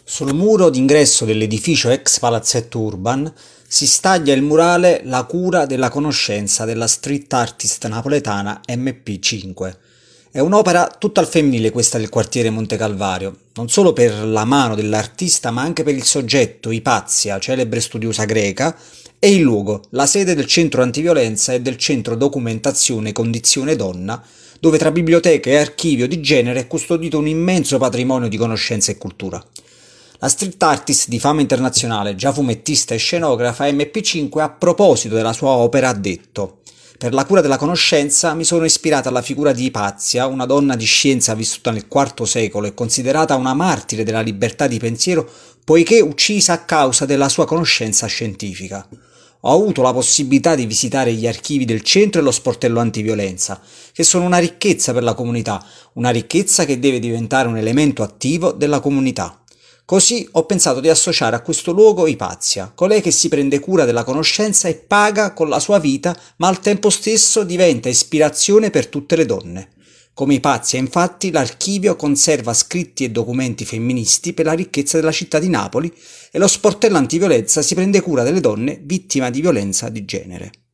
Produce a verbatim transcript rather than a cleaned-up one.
Sul muro d'ingresso dell'edificio ex Palazzetto Urban si staglia il murale La cura della conoscenza della street artist napoletana M P cinque. È un'opera tutta al femminile questa del quartiere Monte Calvario, non solo per la mano dell'artista ma anche per il soggetto, Ipazia, celebre studiosa greca, e il luogo, la sede del centro antiviolenza e del centro documentazione Condizione Donna, dove tra biblioteca e archivio di genere è custodito un immenso patrimonio di conoscenza e cultura. La street artist di fama internazionale, già fumettista e scenografa, M P cinque a proposito della sua opera ha detto: «Per la cura della conoscenza mi sono ispirata alla figura di Ipazia, una donna di scienza vissuta nel quarto secolo e considerata una martire della libertà di pensiero poiché uccisa a causa della sua conoscenza scientifica». Ho avuto la possibilità di visitare gli archivi del centro e lo sportello antiviolenza, che sono una ricchezza per la comunità, una ricchezza che deve diventare un elemento attivo della comunità. Così ho pensato di associare a questo luogo Ipazia, colei che si prende cura della conoscenza e paga con la sua vita, ma al tempo stesso diventa ispirazione per tutte le donne. Come Ipazia, infatti, l'archivio conserva scritti e documenti femministi per la ricchezza della città di Napoli e lo sportello antiviolenza si prende cura delle donne vittime di violenza di genere.